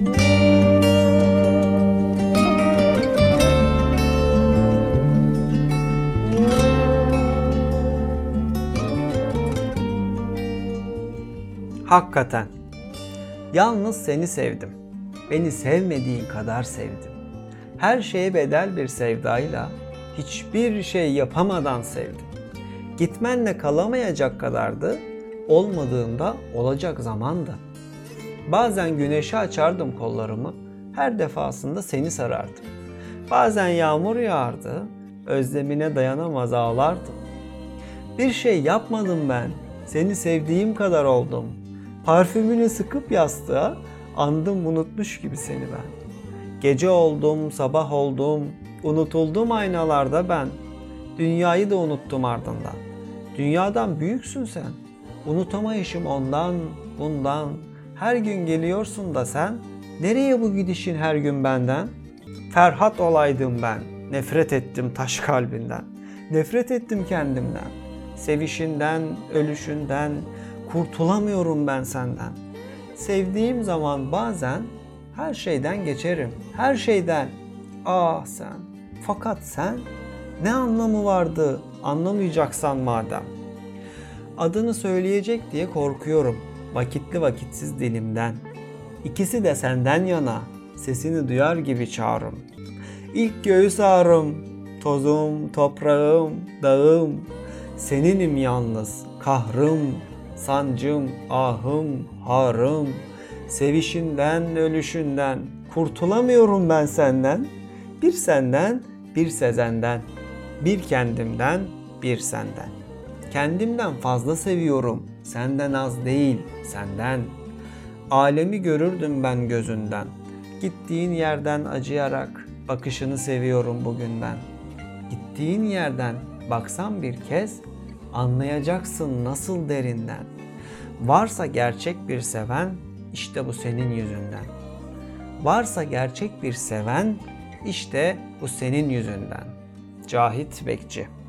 Hakikaten. Yalnız seni sevdim. Beni sevmediğin kadar sevdim. Her şeye bedel bir sevdayla, hiçbir şey yapamadan sevdim. Gitmenle kalamayacak kadardı, olmadığında olacak zamandı. Bazen güneşe açardım kollarımı, her defasında seni sarardım. Bazen yağmur yağardı, özlemine dayanamaz ağlardım. Bir şey yapmadım ben, seni sevdiğim kadar oldum. Parfümünü sıkıp yastığa, andım unutmuş gibi seni ben. Gece oldum, sabah oldum, unutuldum aynalarda ben. Dünyayı da unuttum ardından. Dünyadan büyüksün sen. Unutamayışım ondan, bundan. Her gün geliyorsun da sen. Nereye bu gidişin her gün benden? Ferhat olaydım ben. Nefret ettim taş kalbinden. Nefret ettim kendimden. Sevişinden, ölüşünden. Kurtulamıyorum ben senden. Sevdiğim zaman bazen her şeyden geçerim. Her şeyden. Ah sen. Fakat sen ne anlamı vardı anlamayacaksan madem. Adını söyleyecek diye korkuyorum. Vakitli vakitsiz dilimden. İkisi de senden yana. Sesini duyar gibi çağrım. İlk göğüs ağrım. Tozum, toprağım, dağım. Seninim yalnız. Kahrım, sancım, ahım, harım. Sevişinden, ölüşünden. Kurtulamıyorum ben senden. Bir senden, bir Sezen'den. Bir kendimden, bir senden. Kendimden fazla seviyorum. Senden az değil, senden. Alemi görürdüm ben gözünden. Gittiğin yerden acıyarak bakışını seviyorum bugün ben. Gittiğin yerden baksan bir kez anlayacaksın nasıl derinden. Varsa gerçek bir seven işte bu senin yüzünden. Varsa gerçek bir seven işte bu senin yüzünden. Cahit Bekçi.